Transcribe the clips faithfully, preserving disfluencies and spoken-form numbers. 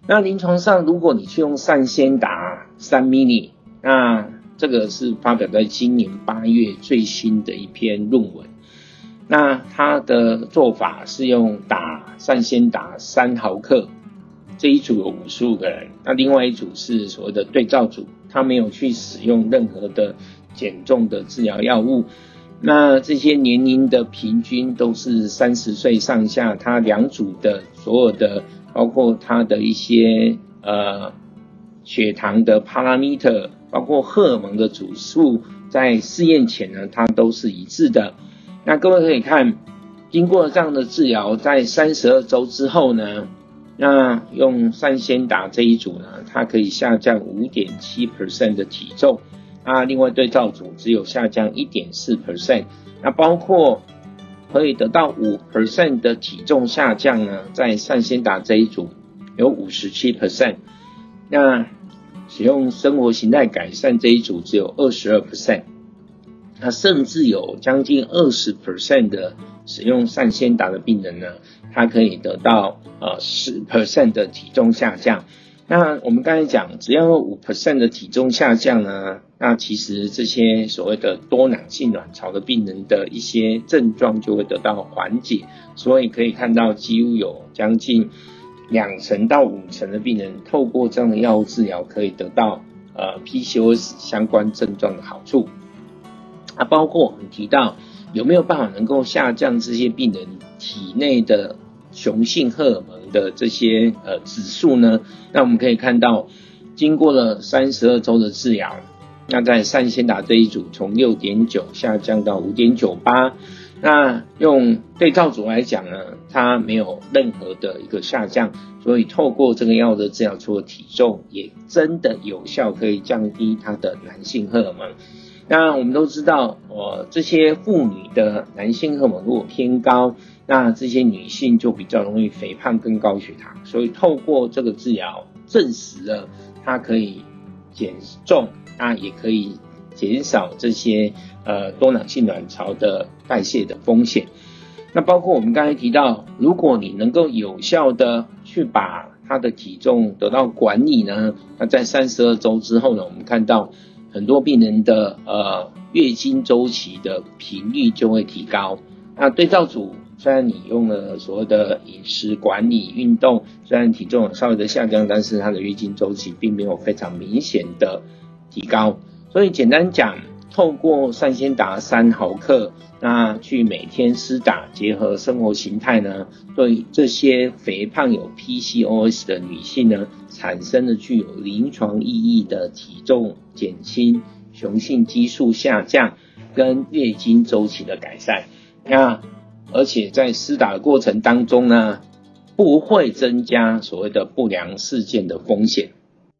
那临床上如果你去用善先达三 mini， 那这个是发表在今年八月最新的一篇论文。那它的做法是用打善先达三毫克，这一组有五十五个人，那另外一组是所谓的对照组，他没有去使用任何的减重的治疗药物。那这些年龄的平均都是三十岁上下，他两组的所有的包括他的一些呃血糖的 parameter， 包括荷尔蒙的指数，在试验前呢，它都是一致的。那各位可以看，经过这样的治疗，在三十二周之后呢，那用善先达这一组呢，它可以下降 百分之五点七 的体重，那另外对照组只有下降 百分之一点四， 那包括可以得到 百分之五 的体重下降呢，在善先达这一组有 百分之五十七， 那使用生活形态改善这一组只有 百分之二十二， 那甚至有将近 百分之二十 的使用善先达的病人呢，他可以得到呃 百分之十 的体重下降。那我们刚才讲，只要有 百分之五 的体重下降呢，那其实这些所谓的多囊性卵巢的病人的一些症状就会得到缓解，所以可以看到几乎有将近两成到五成的病人透过这样的药物治疗可以得到呃 P C O S 相关症状的好处。啊，包括我们提到有没有办法能够下降这些病人体内的雄性荷尔蒙的这些呃指数呢？那我们可以看到，经过了三十二周的治疗，那在善先达这一组从 六点九 下降到 五点九八， 那用对照组来讲呢，它没有任何的一个下降，所以透过这个药的治疗，除了体重也真的有效可以降低它的男性荷尔蒙。那我们都知道，呃，这些妇女的男性荷尔蒙如果偏高，那这些女性就比较容易肥胖跟高血糖，所以透过这个治疗，证实了它可以减重，那也可以减少这些呃多囊性卵巢的代谢的风险。那包括我们刚才提到，如果你能够有效的去把它的体重得到管理呢，那在三十二周之后呢，我们看到很多病人的呃月经周期的频率就会提高。那对照组虽然你用了所谓的饮食管理、运动，虽然体重有稍微的下降，但是它的月经周期并没有非常明显的提高。所以简单讲，透过善先达三毫克，那去每天施打，结合生活形态呢，对这些肥胖有 P C O S 的女性呢，产生了具有临床意义的体重减轻、雄性激素下降跟月经周期的改善。那而且在施打的过程当中呢，不会增加所谓的不良事件的风险。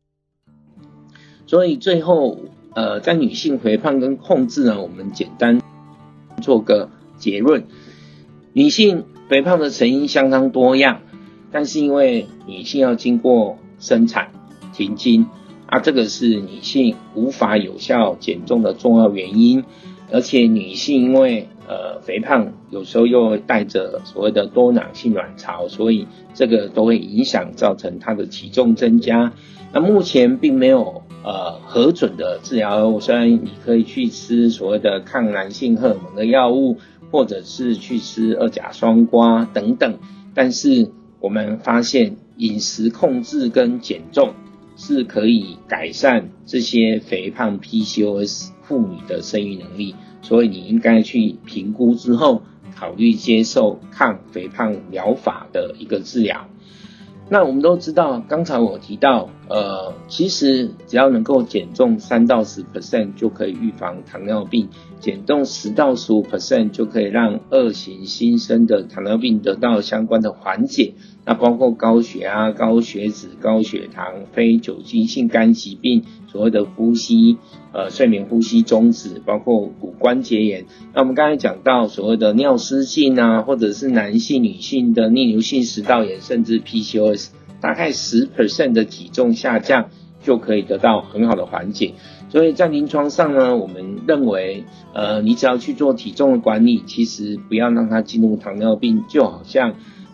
所以最后呃，在女性肥胖跟控制呢，我们简单做个结论。女性肥胖的成因相当多样，但是因为女性要经过生产、停经啊，这个是女性无法有效减重的重要原因。而且女性因为呃肥胖有时候又带着所谓的多囊性卵巢，所以这个都会影响造成她的体重增加。那目前并没有呃核准的治疗药物，虽然你可以去吃所谓的抗男性荷尔蒙的药物，或者是去吃二甲双胍等等，但是我们发现饮食控制跟减重是可以改善这些肥胖 P C O S 妇女的生育能力，所以你应该去评估之后考虑接受抗肥胖疗法的一个治疗。那我们都知道，刚才我提到呃，其实只要能够减重 百分之三到十 就可以预防糖尿病，减重 百分之十到十五 就可以让二型新生的糖尿病得到相关的缓解。那包括高血压、高血脂、高血糖、非酒精性肝疾病，所谓的呼吸呃睡眠呼吸中止，包括骨关节炎。那我们刚才讲到所谓的尿失禁啊，或者是男性女性的逆流性食道炎，甚至 P C O S， 大概 百分之十 的体重下降就可以得到很好的缓解。所以在临床上呢，我们认为呃，你只要去做体重的管理，其实不要让它进入糖尿病，就好像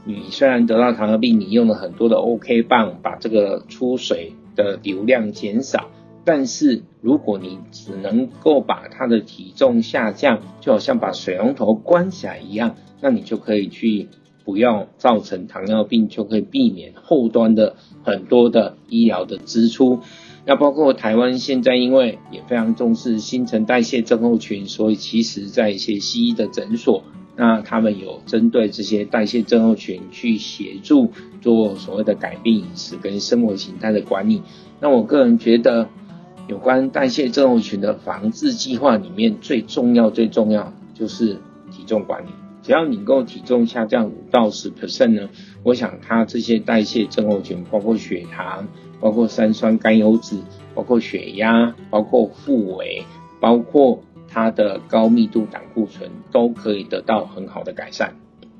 你虽然得到糖尿病，你用了很多的 OK 棒，把这个出水的流量减少，但是如果你只能够把它的体重下降，就好像把水龙头关起来一样，那你就可以去不要造成糖尿病，就可以避免后端的很多的医疗的支出。那包括台湾现在因为也非常重视新陈代谢症候群，所以其实在一些西医的诊所，那他们有针对这些代谢症候群去协助做所谓的改变饮食跟生活形态的管理。那我个人觉得有关代谢症候群的防治计划里面最重要最重要就是体重管理。只要你够体重下降 百分之五到十 呢，我想它这些代谢症候群包括血糖，包括三酸甘油酯，包括血压，包括腹围，包括它的高密度胆固醇都可以得到很好的改善。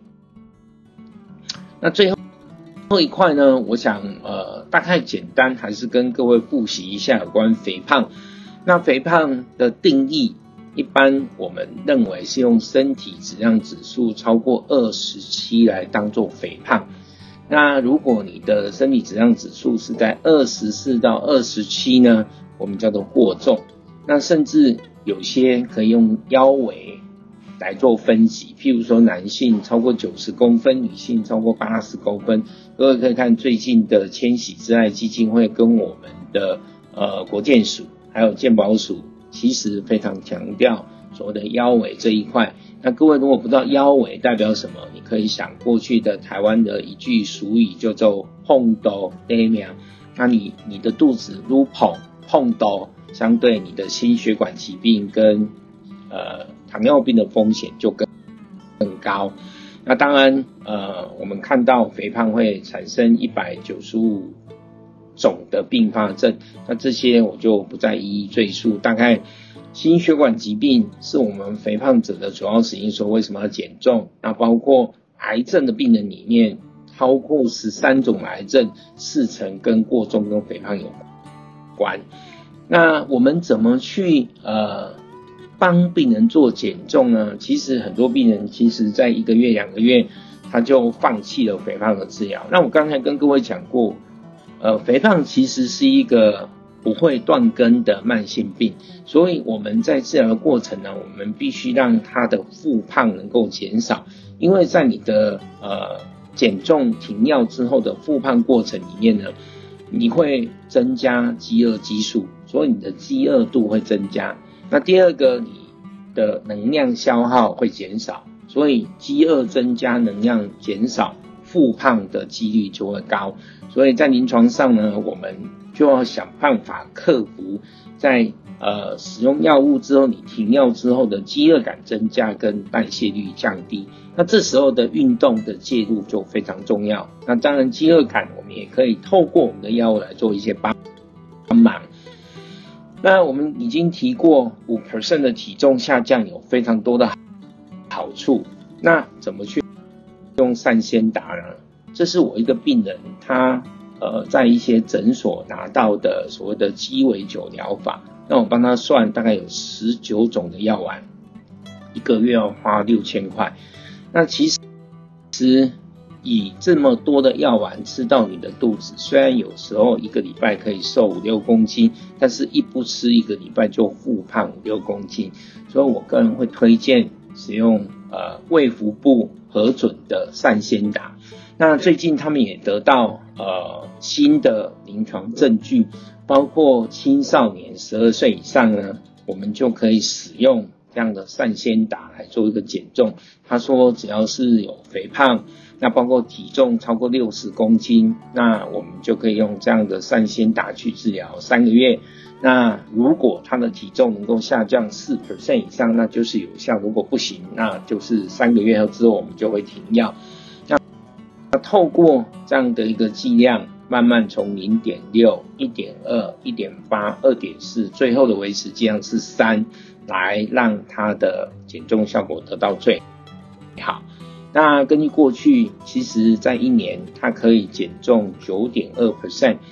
那最后后一块呢，我想呃大概简单还是跟各位复习一下有关肥胖。那肥胖的定义，一般我们认为是用身体质量指数超过二十七来当作肥胖。那如果你的身体质量指数是在二十四到二十七呢，我们叫做过重。那甚至有些可以用腰围来做分级，譬如说男性超过九十公分，女性超过八十公分。各位可以看最近的千禧之爱基金会跟我们的呃国健署还有健保署，其实非常强调所谓的腰围这一块。那各位如果不知道腰围代表什么，你可以想过去的台湾的一句俗语叫做碰斗勒苗。那你你的肚子如碰碰斗，相对你的心血管疾病跟呃糖尿病的风险就更更高。那当然呃我们看到肥胖会产生一百九十五种的并发症，那这些我就不再一一赘述。大概心血管疾病是我们肥胖者的主要死因，说为什么要减重。那包括癌症的病人里面，超过十三种癌症，四成跟过重跟肥胖有关。那我们怎么去呃帮病人做减重呢？其实很多病人其实在一个月两个月他就放弃了肥胖的治疗。那我刚才跟各位讲过，呃肥胖其实是一个不会断根的慢性病，所以我们在治疗的过程呢，我们必须让他的复胖能够减少。因为在你的呃减重停药之后的复胖过程里面呢，你会增加饥饿激素，所以你的饥饿度会增加。那第二个，你的能量消耗会减少，所以饥饿增加，能量减少，复胖的几率就会高。所以在临床上呢，我们就要想办法克服在呃使用药物之后，你停药之后的饥饿感增加跟代谢率降低。那这时候的运动的介入就非常重要。那当然饥饿感我们也可以透过我们的药物来做一些帮忙。那我们已经提过 百分之五 的体重下降有非常多的好处。那怎么去用善先达呢？这是我一个病人，他呃在一些诊所拿到的所谓的鸡尾酒疗法。那我帮他算，大概有十九种的药丸，一个月要花六千块。那其实以这么多的药丸吃到你的肚子，虽然有时候一个礼拜可以瘦五六公斤，但是一不吃一个礼拜就复胖五六公斤。所以我个人会推荐使用呃卫福部核准的善先达。那最近他们也得到呃新的临床证据，包括青少年十二岁以上呢，我们就可以使用这样的善先达来做一个减重。他说只要是有肥胖，那包括体重超过六十公斤，那我们就可以用这样的善先达去治疗三个月。那如果他的体重能够下降 百分之四 以上，那就是有效。如果不行，那就是三个月后之后我们就会停药。那透过这样的一个剂量，慢慢从 零点六、一点二、一点八、二点四， 最后的维持剂量是三，来让它的减重效果得到最好。那根据过去，其实在一年它可以减重 九点二 percent，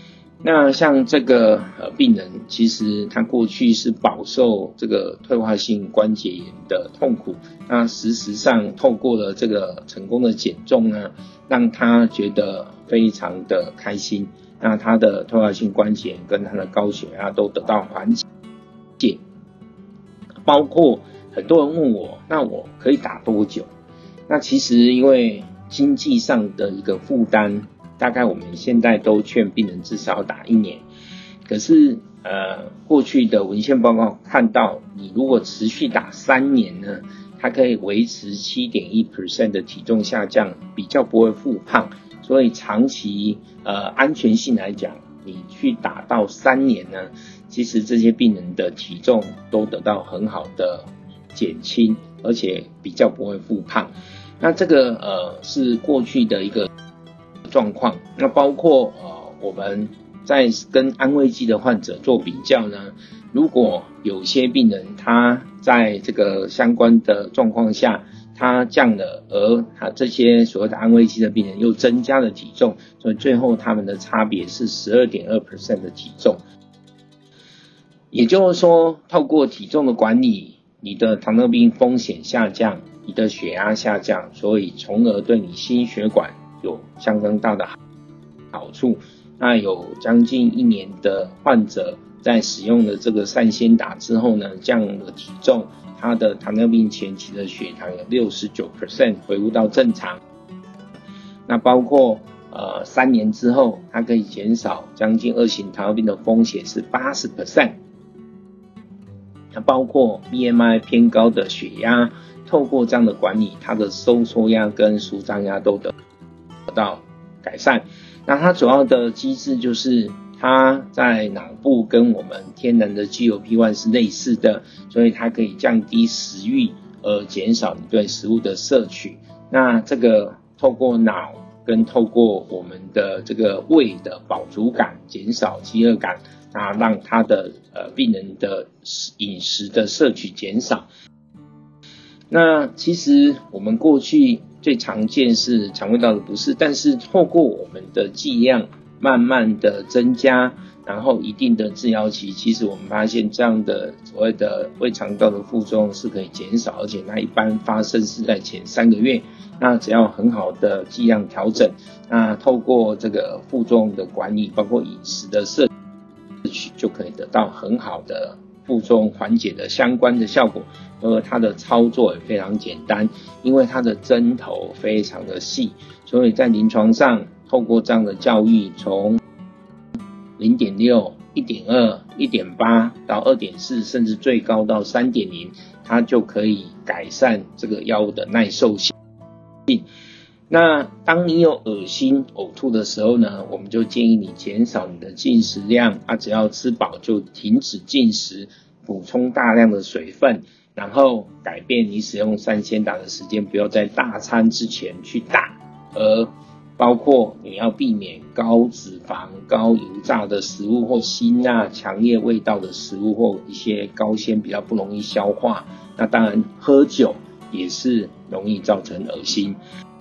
那像这个呃病人，其实他过去是饱受这个退化性关节炎的痛苦，那事实上透过了这个成功的减重呢，让他觉得非常的开心，那他的退化性关节炎跟他的高血压都得到缓解。包括很多人问我，那我可以打多久？那其实因为经济上的一个负担，大概我们现在都劝病人至少打一年。可是呃，过去的文献报告看到，你如果持续打三年呢，它可以维持 百分之七点一 的体重下降，比较不会复胖。所以长期呃安全性来讲，你去打到三年呢，其实这些病人的体重都得到很好的减轻，而且比较不会复胖。那这个呃是过去的一个状况。那包括呃我们在跟安慰剂的患者做比较呢，如果有些病人他在这个相关的状况下他降了，而他这些所谓的安慰剂的病人又增加了体重，所以最后他们的差别是 百分之十二点二 的体重。也就是说，透过体重的管理，你的糖尿病风险下降，你的血压下降，所以从而对你心血管有相当大的好处。那有将近一年的患者在使用了这个善先达之后呢，降了体重，他的糖尿病前期的血糖有 百分之六十九 恢复到正常。那包括呃三年之后，它可以减少将近二型糖尿病的风险是 百分之八十。那包括 B M I 偏高的血压，透过这样的管理，它的收缩压跟舒张压都得到改善。那它主要的机制就是它在脑部跟我们天然的 G L P 一 是类似的，所以它可以降低食欲，而减少你对食物的摄取。那这个透过脑跟透过我们的这个胃的饱足感，减少饥饿感，那让他的呃病人的饮食的摄取减少。那其实我们过去最常见是肠胃道的不适，但是透过我们的剂量慢慢的增加，然后一定的治疗期，其实我们发现这样的所谓的胃肠道的副作用是可以减少，而且它一般发生是在前三个月。那只要很好的剂量调整，那透过这个副作用的管理，包括饮食的摄取，就可以得到很好的副作用缓解的相关的效果。而它的操作也非常简单，因为它的针头非常的细，所以在临床上透过这样的教育，从 零点六、一点二、一点八 到 二点四， 甚至最高到 三点零， 它就可以改善这个药物的耐受性。那当你有恶心呕吐的时候呢，我们就建议你减少你的进食量，啊，只要吃饱就停止进食，补充大量的水分，然后改变你使用善先达的时间，不要在大餐之前去打，而包括你要避免高脂肪、高油炸的食物，或辛辣、强烈味道的食物，或一些高纤比较不容易消化。那当然喝酒也是容易造成恶心。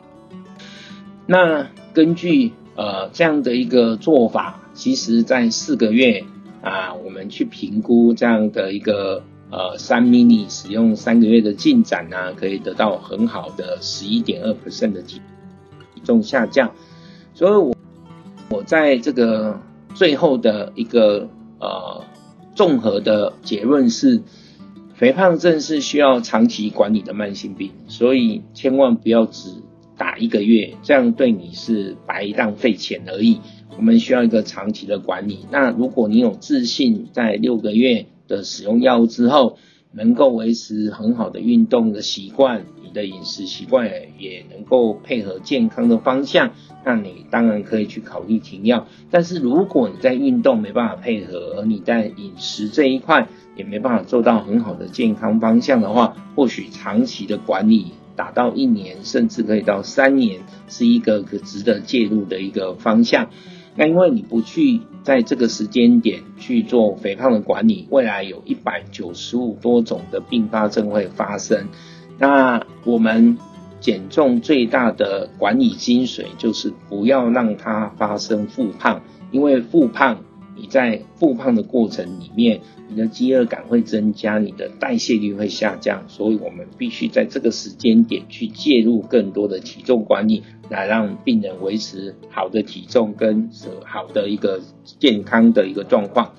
那根据呃这样的一个做法，其实在四个月啊，我们去评估这样的一个呃三 mini 使用三个月的进展呢、啊，可以得到很好的 百分之十一点二 的体重下降。所以我我在这个最后的一个呃综合的结论是，肥胖症是需要长期管理的慢性病，所以千万不要只打一个月，这样对你是白浪费钱而已。我们需要一个长期的管理。那如果你有自信，在六个月的使用药物之后，能够维持很好的运动的习惯，你的饮食习惯也能够配合健康的方向，那你当然可以去考虑停药。但是如果你在运动没办法配合，而你在饮食这一块也没办法做到很好的健康方向的话，或许长期的管理打到一年，甚至可以到三年，是一个可值得介入的一个方向。那因为你不去在这个时间点去做肥胖的管理，未来有一百九十五多种的并发症会发生。那我们减重最大的管理精髓就是不要让它发生复胖，因为复胖你在复胖的过程里面，你的饥饿感会增加，你的代谢率会下降，所以我们必须在这个时间点去介入更多的体重管理，来让病人维持好的体重跟好的一个健康的一个状况。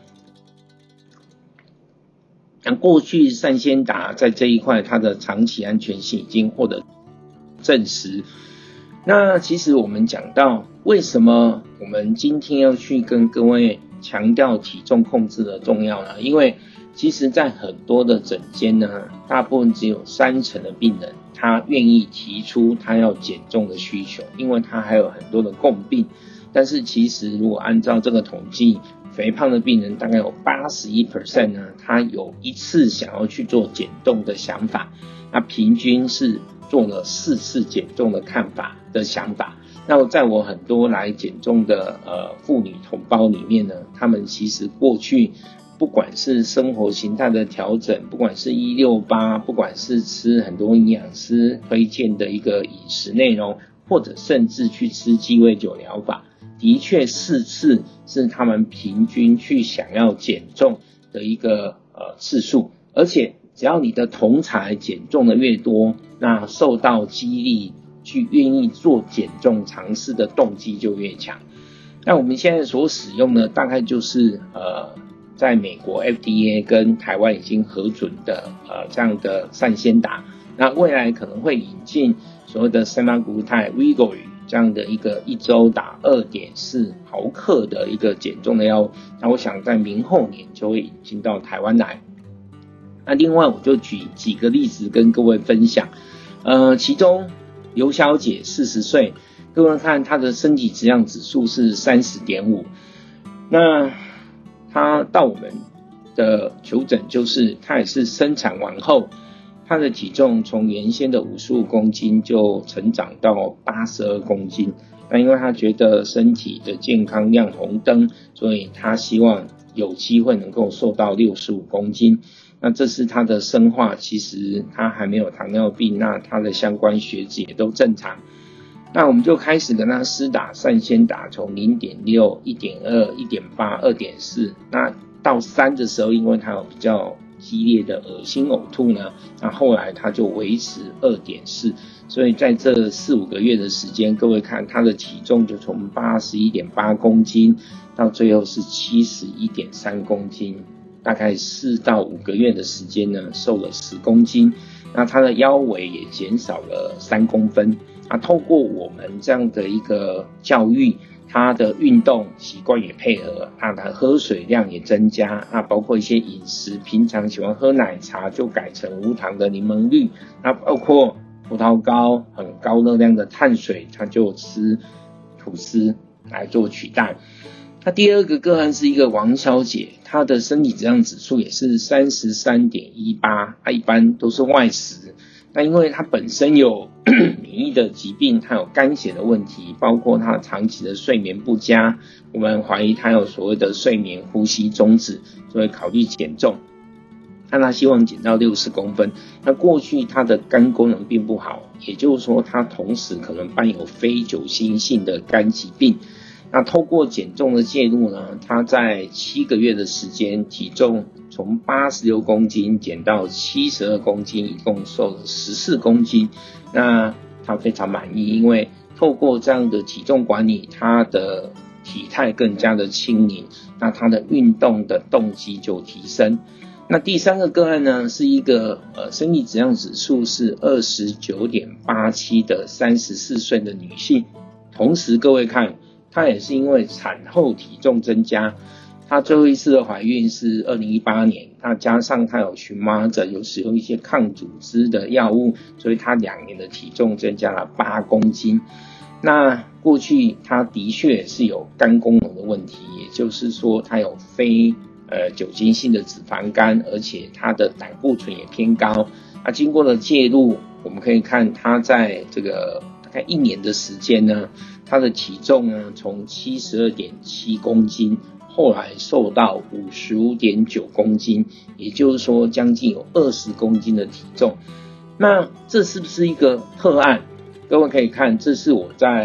那过去善先达在这一块它的长期安全性已经获得证实。那其实我们讲到为什么我们今天要去跟各位强调体重控制的重要呢？因为其实在很多的诊间呢，大部分只有三成的病人他愿意提出他要减重的需求，因为他还有很多的共病。但是其实如果按照这个统计，肥胖的病人大概有 百分之八十一 呢，他有一次想要去做减重的想法，那平均是做了四次减重的看法的想法。那在我很多来减重的呃妇女同胞里面呢，他们其实过去不管是生活形态的调整，不管是一六八，不管是吃很多营养师推荐的一个饮食内容，或者甚至去吃鸡尾酒疗法，的确四次是他们平均去想要减重的一个呃次数，而且只要你的同侪减重的越多，那受到激励去愿意做减重尝试的动机就越强。那我们现在所使用的大概就是呃在美国 F D A 跟台湾已经核准的呃这样的善先达，那未来可能会引进所谓的semaglutide Wegovy这样的一个一周打 二点四毫克的一个减重的药物，那我想在明后年就会引进到台湾来。那另外我就举几个例子跟各位分享，呃，其中刘小姐四十岁，各位看她的身体质量指数是 三十点五， 那她到我们的求诊就是她也是生产完后，她的体重从原先的五十五公斤就成长到八十二公斤，那因为她觉得身体的健康亮红灯，所以她希望有机会能够瘦到六十五公斤。那这是他的生化，其实他还没有糖尿病，那他的相关血脂也都正常。那我们就开始跟他施打善先达，从 零点六、一点二、一点八、二点四， 那到三的时候，因为他有比较激烈的恶心呕吐呢，那后来他就维持 二点四， 所以在这四五个月的时间，各位看他的体重就从 八十一点八公斤到最后是 七十一点三公斤，大概四到五个月的时间呢，瘦了十公斤，那他的腰围也减少了三公分。那透过我们这样的一个教育，他的运动习惯也配合，他的喝水量也增加，那包括一些饮食，平常喜欢喝奶茶就改成无糖的柠檬绿，那包括葡萄糕很高热量的碳水，他就吃吐司来做取代。那第二个个案是一个王小姐，她的身体质量指数也是 三十三点一八， 她一般都是外食。那因为她本身有免疫的疾病，她有肝血的问题，包括她长期的睡眠不佳，我们怀疑她有所谓的睡眠呼吸中止，就会考虑减重。那她希望减到六十公分，那过去她的肝功能并不好，也就是说她同时可能伴有非酒精性的肝疾病。那透过减重的介入呢，他在七个月的时间，体重从八十六公斤减到七十二公斤，一共瘦了十四公斤。那他非常满意，因为透过这样的体重管理，他的体态更加的轻盈，那他的运动的动机就提升。那第三个个案呢，是一个呃身体质量指数是 二十九点八七 的三十四岁的女性，同时各位看，她也是因为产后体重增加，她最后一次的怀孕是二零一八年，那加上她有荨麻疹，有使用一些抗组织的药物，所以她两年的体重增加了八公斤。那过去她的确是有肝功能的问题，也就是说她有非呃酒精性的脂肪肝，而且她的胆固醇也偏高。那经过了介入，我们可以看她在这个大概一年的时间呢，他的体重呢从 七十二点七公斤，后来瘦到 五十五点九公斤，也就是说将近有二十公斤的体重。那这是不是一个特案？各位可以看，这是我在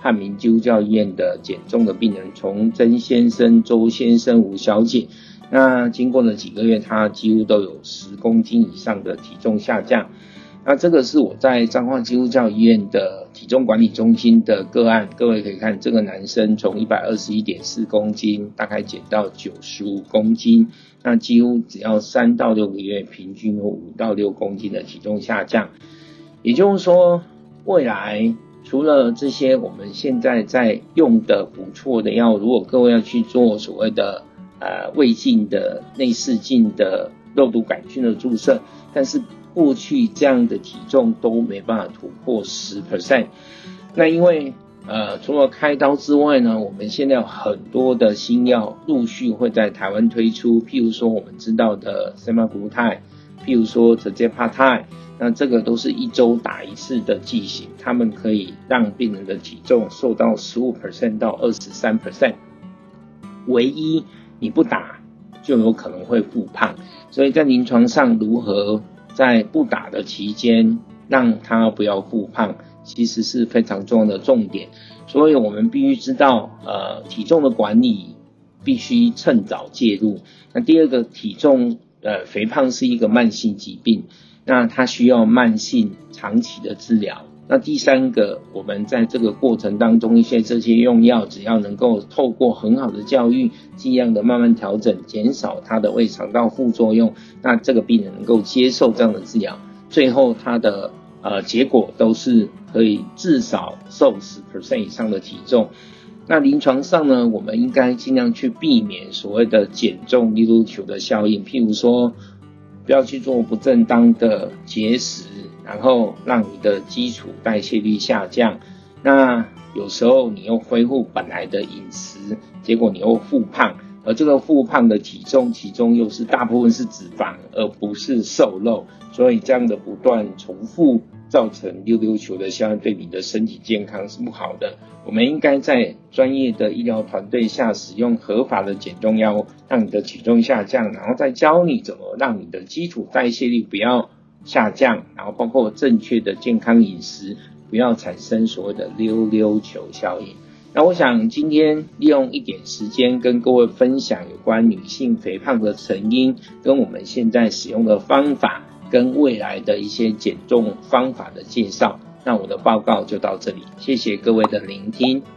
汉民基督教医院的减重的病人崇祯先生、周先生、吴小姐。那经过了几个月，他几乎都有十公斤以上的体重下降。那这个是我在彰化基督教医院的体重管理中心的个案，各位可以看，这个男生从 一百二十一点四公斤大概减到九十五公斤，那几乎只要三到六个月，平均有五到六公斤的体重下降。也就是说，未来除了这些我们现在在用的不错的药，如果各位要去做所谓的呃胃镜的内视镜的肉毒杆菌的注射，但是过去这样的体重都没办法突破 百分之十。 那因为呃除了开刀之外呢，我们现在有很多的新药陆续会在台湾推出，譬如说我们知道的 semaglutide， 譬如说 tirzepatide， 那这个都是一周打一次的剂型，他们可以让病人的体重瘦到 百分之十五 到 百分之二十三。 唯一你不打就有可能会复胖，所以在临床上如何在不打的期间让他不要复胖，其实是非常重要的重点。所以我们必须知道呃，体重的管理必须趁早介入。那第二个，体重呃肥胖是一个慢性疾病，那它需要慢性长期的治疗。那第三个，我们在这个过程当中，一些这些用药只要能够透过很好的教育，尽量的慢慢调整，减少它的胃肠道副作用，那这个病人能够接受这样的治疗，最后他的呃结果都是可以至少瘦 百分之十 以上的体重。那临床上呢，我们应该尽量去避免所谓的减重利路球的效应，譬如说不要去做不正当的节食，然后让你的基础代谢率下降，那有时候你又恢复本来的饮食，结果你又复胖，而这个复胖的体重其中又是大部分是脂肪而不是瘦肉，所以这样的不断重复造成溜溜球的效应，对你的身体健康是不好的。我们应该在专业的医疗团队下使用合法的减重药物，让你的体重下降，然后再教你怎么让你的基础代谢率不要下降，然后包括正确的健康饮食，不要产生所谓的溜溜球效应。那我想今天利用一点时间跟各位分享有关女性肥胖的成因，跟我们现在使用的方法，跟未来的一些减重方法的介绍。那我的报告就到这里，谢谢各位的聆听。